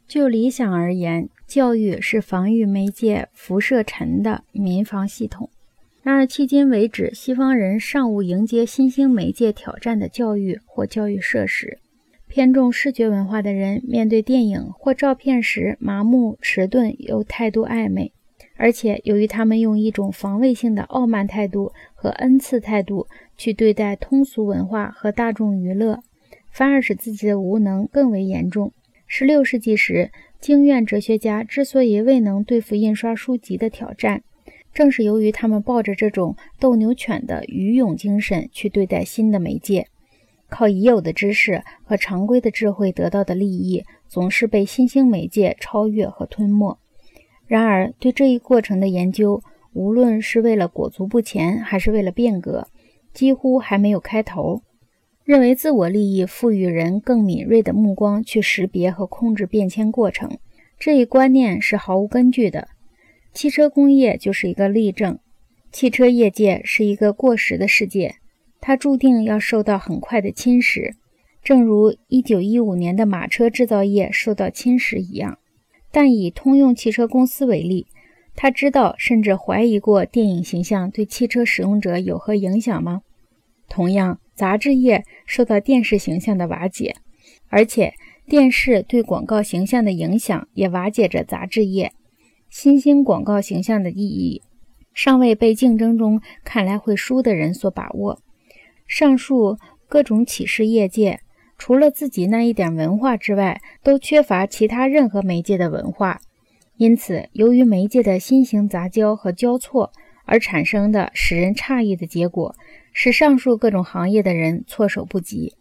就理想而言，教育是防御媒介辐射尘的民防系统。然而迄今为止，西方人尚无迎接新兴媒介挑战的教育或教育设施。偏重视觉文化的人面对电影或照片时麻木、迟钝又态度暧昧，而且由于他们用一种防卫性的傲慢态度和恩赐态度去对待通俗文化和大众娱乐，反而使自己的无能更为严重。16世纪时，经院哲学家之所以未能对付印刷书籍的挑战，正是由于他们抱着这种斗牛犬的愚勇精神去对待新的媒介，靠已有的知识和常规的智慧得到的利益，总是被新兴媒介超越和吞没。然而，对这一过程的研究，无论是为了裹足不前，还是为了变革，几乎还没有开头。认为自我利益赋予人更敏锐的目光去识别和控制变迁过程，这一观念是毫无根据的。汽车工业就是一个例证。汽车业界是一个过时的世界，它注定要受到很快的侵蚀，正如1915年的马车制造业受到侵蚀一样。但以通用汽车公司为例，他知道甚至怀疑过电影形象对汽车使用者有何影响吗？同样，杂志业受到电视形象的瓦解，而且电视对广告形象的影响也瓦解着杂志业。新兴广告形象的意义尚未被竞争中看来会输的人所把握。上述各种启示业界，除了自己那一点文化之外，都缺乏其他任何媒介的文化。因此，由于媒介的新型杂交和交错而产生的使人诧异的结果，使上述各种行业的人措手不及。